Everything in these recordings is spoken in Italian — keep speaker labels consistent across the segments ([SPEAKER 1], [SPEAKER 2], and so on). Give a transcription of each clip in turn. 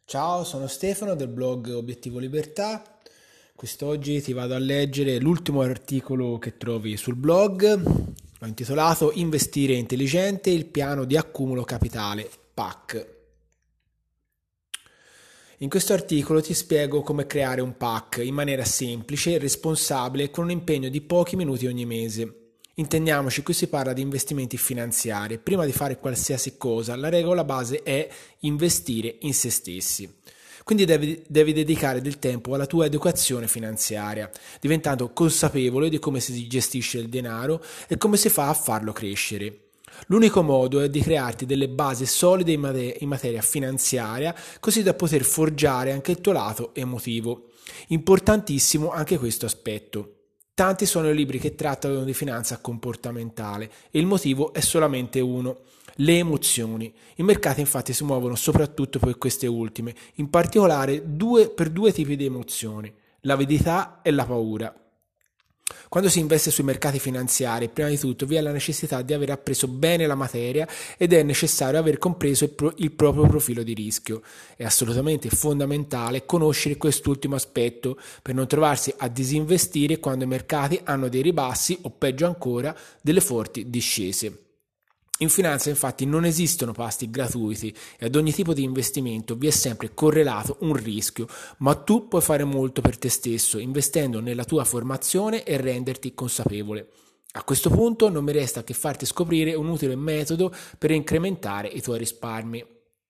[SPEAKER 1] Ciao, sono Stefano del blog Obiettivo Libertà. Quest'oggi ti vado a leggere l'ultimo articolo che trovi sul blog. L'ho intitolato Investire intelligente, il piano di accumulo capitale, PAC. In questo articolo ti spiego come creare un PAC in maniera semplice, responsabile e con un impegno di pochi minuti ogni mese. Intendiamoci, qui si parla di investimenti finanziari. Prima di fare qualsiasi cosa, la regola base è investire in se stessi. Quindi devi dedicare del tempo alla tua educazione finanziaria, diventando consapevole di come si gestisce il denaro e come si fa a farlo crescere. L'unico modo è di crearti delle basi solide in materia finanziaria, così da poter forgiare anche il tuo lato emotivo. Importantissimo anche questo aspetto. Tanti sono i libri che trattano di finanza comportamentale e il motivo è solamente uno: le emozioni. I mercati infatti si muovono soprattutto per queste ultime, in particolare per due tipi di emozioni: l'avidità e la paura. Quando si investe sui mercati finanziari, prima di tutto vi è la necessità di aver appreso bene la materia ed è necessario aver compreso il proprio profilo di rischio. È assolutamente fondamentale conoscere quest'ultimo aspetto per non trovarsi a disinvestire quando i mercati hanno dei ribassi o peggio ancora delle forti discese. In finanza infatti non esistono pasti gratuiti e ad ogni tipo di investimento vi è sempre correlato un rischio, ma tu puoi fare molto per te stesso investendo nella tua formazione e renderti consapevole. A questo punto non mi resta che farti scoprire un utile metodo per incrementare i tuoi risparmi.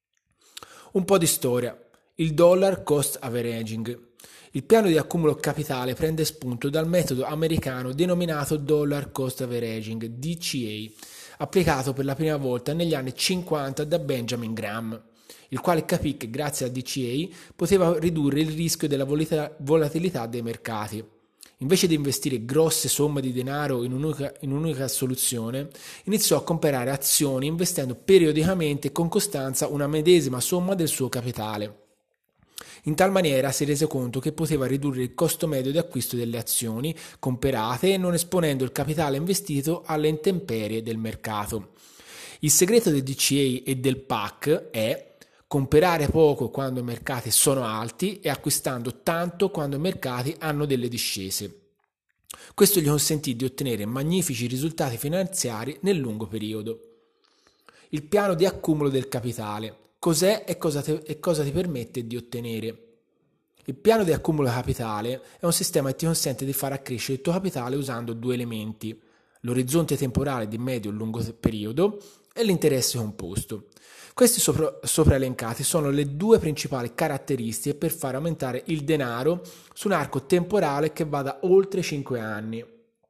[SPEAKER 1] Un po' di storia. Il dollar cost averaging. Il piano di accumulo capitale prende spunto dal metodo americano denominato Dollar Cost Averaging, DCA, applicato per la prima volta negli anni 50 da Benjamin Graham, il quale capì che grazie al DCA poteva ridurre il rischio della volatilità dei mercati. Invece di investire grosse somme di denaro in un'unica soluzione, iniziò a comprare azioni investendo periodicamente con costanza una medesima somma del suo capitale. In tal maniera si rese conto che poteva ridurre il costo medio di acquisto delle azioni comprate, non esponendo il capitale investito alle intemperie del mercato. Il segreto del DCA e del PAC è comprare poco quando i mercati sono alti e acquistando tanto quando i mercati hanno delle discese. Questo gli consentì di ottenere magnifici risultati finanziari nel lungo periodo. Il piano di accumulo del capitale. Cos'è e cosa ti permette di ottenere? Il piano di accumulo capitale è un sistema che ti consente di far accrescere il tuo capitale usando due elementi: l'orizzonte temporale di medio e lungo periodo e l'interesse composto. Questi sopra elencati sono le due principali caratteristiche per far aumentare il denaro su un arco temporale che vada oltre 5 anni.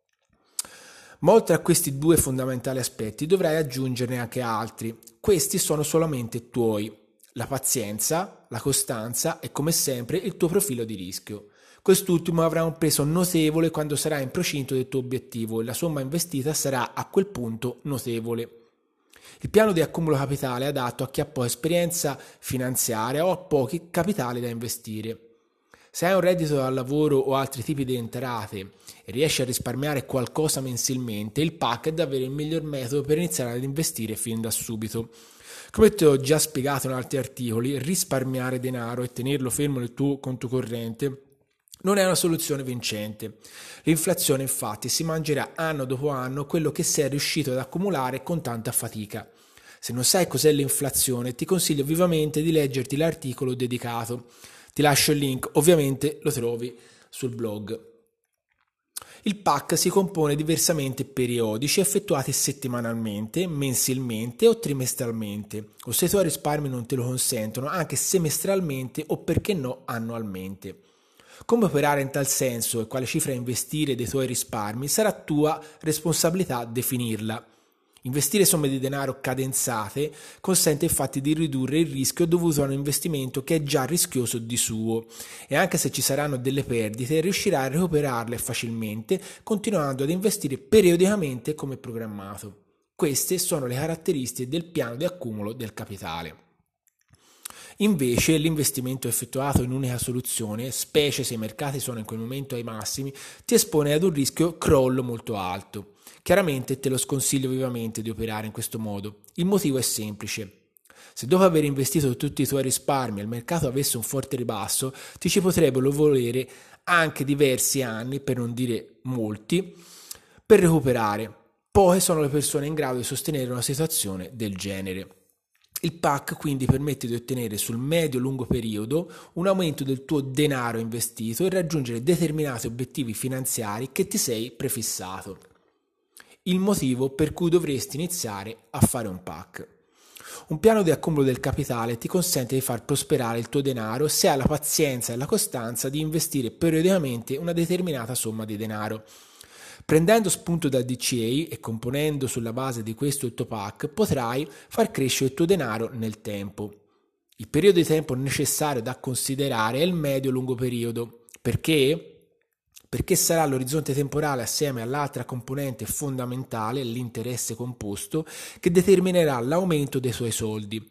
[SPEAKER 1] Ma oltre a questi due fondamentali aspetti dovrai aggiungerne anche altri. Questi sono solamente tuoi: la pazienza, la costanza e, come sempre, il tuo profilo di rischio. Quest'ultimo avrà un peso notevole quando sarai in procinto del tuo obiettivo e la somma investita sarà a quel punto notevole. Il piano di accumulo capitale è adatto a chi ha poca esperienza finanziaria o ha pochi capitali da investire. Se hai un reddito dal lavoro o altri tipi di entrate e riesci a risparmiare qualcosa mensilmente, il PAC è davvero il miglior metodo per iniziare ad investire fin da subito. Come ti ho già spiegato in altri articoli, risparmiare denaro e tenerlo fermo nel tuo conto corrente non è una soluzione vincente. L'inflazione infatti si mangerà anno dopo anno quello che sei riuscito ad accumulare con tanta fatica. Se non sai cos'è l'inflazione, ti consiglio vivamente di leggerti l'articolo dedicato. Ti lascio il link, ovviamente lo trovi sul blog. Il PAC si compone di versamenti periodici effettuati settimanalmente, mensilmente o trimestralmente, o se i tuoi risparmi non te lo consentono, anche semestralmente o perché no annualmente. Come operare in tal senso e quale cifra investire dei tuoi risparmi sarà tua responsabilità definirla. Investire somme di denaro cadenzate consente infatti di ridurre il rischio dovuto a un investimento che è già rischioso di suo e anche se ci saranno delle perdite riuscirai a recuperarle facilmente continuando ad investire periodicamente come programmato. Queste sono le caratteristiche del piano di accumulo del capitale. Invece l'investimento effettuato in un'unica soluzione, specie se i mercati sono in quel momento ai massimi, ti espone ad un rischio crollo molto alto. Chiaramente te lo sconsiglio vivamente di operare in questo modo. Il motivo è semplice. Se dopo aver investito tutti i tuoi risparmi il mercato avesse un forte ribasso, ti ci potrebbero volere anche diversi anni, per non dire molti, per recuperare. Poche sono le persone in grado di sostenere una situazione del genere. Il PAC quindi permette di ottenere sul medio-lungo periodo un aumento del tuo denaro investito e raggiungere determinati obiettivi finanziari che ti sei prefissato. Il motivo per cui dovresti iniziare a fare un PAC. Un piano di accumulo del capitale ti consente di far prosperare il tuo denaro se hai la pazienza e la costanza di investire periodicamente una determinata somma di denaro. Prendendo spunto dal DCA e componendo sulla base di questo il tuo PAC, potrai far crescere il tuo denaro nel tempo. Il periodo di tempo necessario da considerare è il medio-lungo periodo. Perché? Perché sarà l'orizzonte temporale assieme all'altra componente fondamentale, l'interesse composto, che determinerà l'aumento dei tuoi soldi.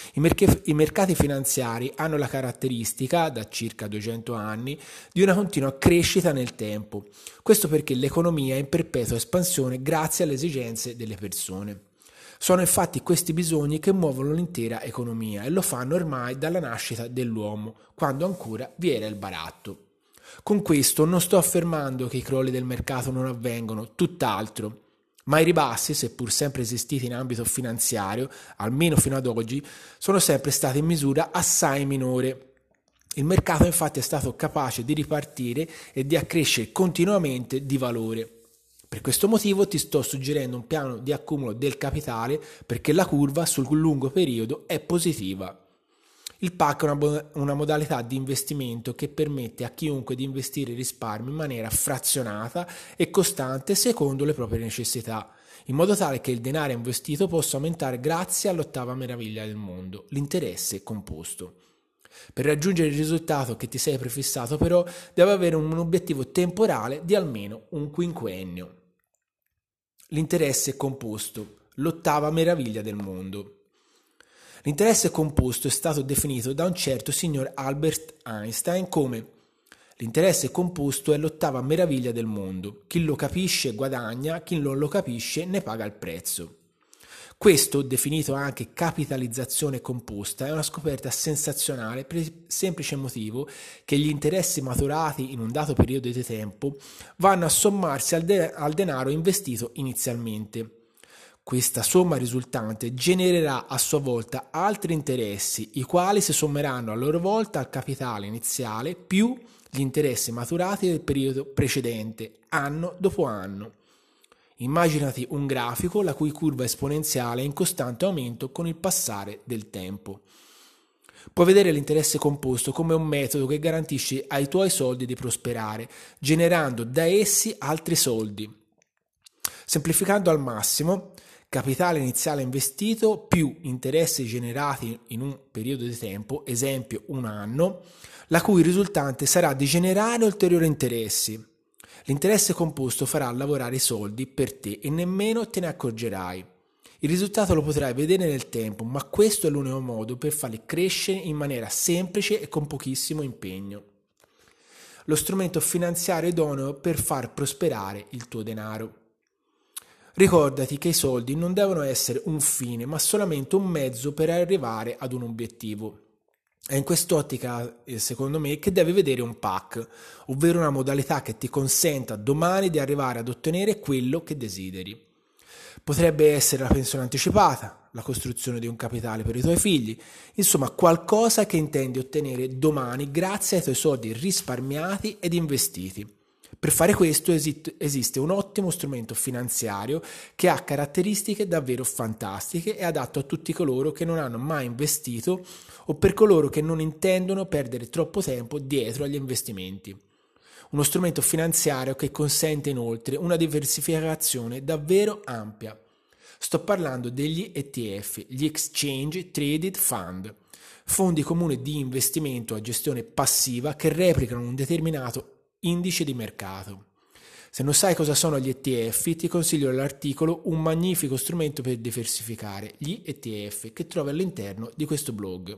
[SPEAKER 1] I mercati finanziari hanno la caratteristica, da circa 200 anni, di una continua crescita nel tempo. Questo perché l'economia è in perpetua espansione grazie alle esigenze delle persone. Sono infatti questi bisogni che muovono l'intera economia e lo fanno ormai dalla nascita dell'uomo, quando ancora vi era il baratto. Con questo non sto affermando che i crolli del mercato non avvengono, tutt'altro. Ma i ribassi, seppur sempre esistiti in ambito finanziario, almeno fino ad oggi, sono sempre stati in misura assai minore. Il mercato infatti è stato capace di ripartire e di accrescere continuamente di valore. Per questo motivo ti sto suggerendo un piano di accumulo del capitale perché la curva sul lungo periodo è positiva. Il PAC è una modalità di investimento che permette a chiunque di investire i risparmi in maniera frazionata e costante secondo le proprie necessità, in modo tale che il denaro investito possa aumentare grazie all'ottava meraviglia del mondo, l'interesse composto. Per raggiungere il risultato che ti sei prefissato però devi avere un obiettivo temporale di almeno un quinquennio. L'interesse composto, l'ottava meraviglia del mondo. L'interesse composto è stato definito da un certo signor Albert Einstein come l'interesse composto è l'ottava meraviglia del mondo. Chi lo capisce guadagna, chi non lo capisce ne paga il prezzo. Questo, definito anche capitalizzazione composta, è una scoperta sensazionale per il semplice motivo che gli interessi maturati in un dato periodo di tempo vanno a sommarsi al denaro investito inizialmente. Questa somma risultante genererà a sua volta altri interessi, i quali si sommeranno a loro volta al capitale iniziale più gli interessi maturati del periodo precedente, anno dopo anno. Immaginati un grafico la cui curva esponenziale è in costante aumento con il passare del tempo. Puoi vedere l'interesse composto come un metodo che garantisce ai tuoi soldi di prosperare, generando da essi altri soldi. Semplificando al massimo, capitale iniziale investito più interessi generati in un periodo di tempo, esempio un anno, la cui risultante sarà di generare ulteriori interessi. L'interesse composto farà lavorare i soldi per te e nemmeno te ne accorgerai. Il risultato lo potrai vedere nel tempo, ma questo è l'unico modo per farli crescere in maniera semplice e con pochissimo impegno. Lo strumento finanziario idoneo per far prosperare il tuo denaro. Ricordati che i soldi non devono essere un fine, ma solamente un mezzo per arrivare ad un obiettivo. È in quest'ottica, secondo me, che devi vedere un PAC, ovvero una modalità che ti consenta domani di arrivare ad ottenere quello che desideri. Potrebbe essere la pensione anticipata, la costruzione di un capitale per i tuoi figli, insomma qualcosa che intendi ottenere domani grazie ai tuoi soldi risparmiati ed investiti. Per fare questo esiste un ottimo strumento finanziario che ha caratteristiche davvero fantastiche e adatto a tutti coloro che non hanno mai investito o per coloro che non intendono perdere troppo tempo dietro agli investimenti. Uno strumento finanziario che consente inoltre una diversificazione davvero ampia. Sto parlando degli ETF, gli Exchange Traded Fund, fondi comuni di investimento a gestione passiva che replicano un determinato indice di mercato. Se non sai cosa sono gli ETF, ti consiglio l'articolo Un magnifico strumento per diversificare, gli ETF, che trovi all'interno di questo blog.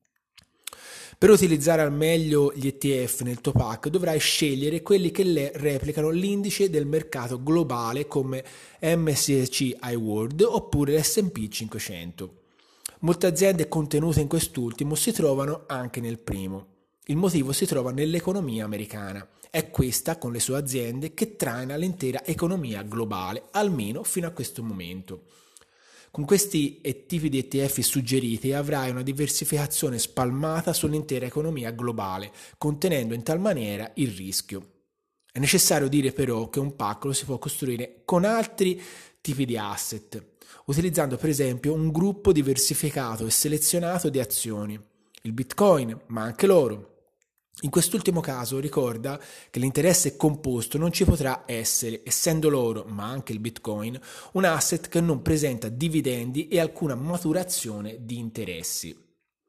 [SPEAKER 1] Per utilizzare al meglio gli ETF nel tuo PAC dovrai scegliere quelli che replicano l'indice del mercato globale come MSCI World oppure l'S&P 500. Molte aziende contenute in quest'ultimo si trovano anche nel primo. Il motivo si trova nell'economia americana. È questa, con le sue aziende, che traina l'intera economia globale, almeno fino a questo momento. Con questi tipi di ETF suggeriti avrai una diversificazione spalmata sull'intera economia globale, contenendo in tal maniera il rischio. È necessario dire però che un PAC lo si può costruire con altri tipi di asset, utilizzando per esempio un gruppo diversificato e selezionato di azioni, il Bitcoin, ma anche l'oro. In quest'ultimo caso ricorda che l'interesse composto non ci potrà essere, essendo l'oro, ma anche il Bitcoin, un asset che non presenta dividendi e alcuna maturazione di interessi.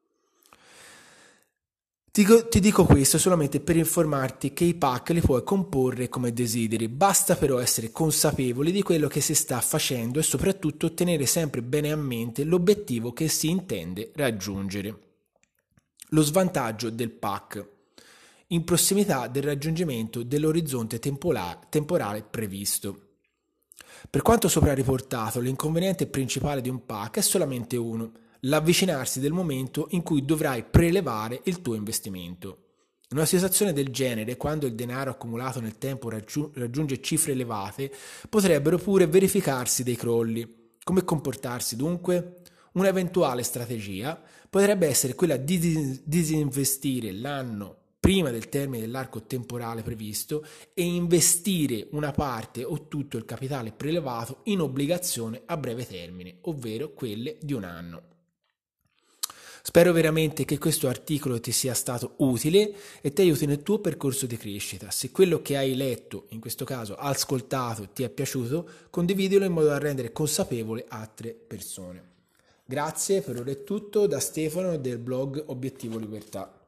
[SPEAKER 1] Ti dico questo solamente per informarti che i PAC li puoi comporre come desideri, basta però essere consapevoli di quello che si sta facendo e soprattutto tenere sempre bene a mente l'obiettivo che si intende raggiungere. Lo svantaggio del PAC: in prossimità del raggiungimento dell'orizzonte temporale previsto. Per quanto sopra riportato, l'inconveniente principale di un PAC è solamente uno: l'avvicinarsi del momento in cui dovrai prelevare il tuo investimento. In una situazione del genere, quando il denaro accumulato nel tempo raggiunge cifre elevate, potrebbero pure verificarsi dei crolli. Come comportarsi dunque? Un'eventuale strategia potrebbe essere quella di disinvestire l'anno prima del termine dell'arco temporale previsto e investire una parte o tutto il capitale prelevato in obbligazioni a breve termine, ovvero quelle di un anno. Spero veramente che questo articolo ti sia stato utile e ti aiuti nel tuo percorso di crescita. Se quello che hai letto, in questo caso ascoltato, ti è piaciuto, condividilo in modo da rendere consapevole altre persone. Grazie, per ora è tutto da Stefano del blog Obiettivo Libertà.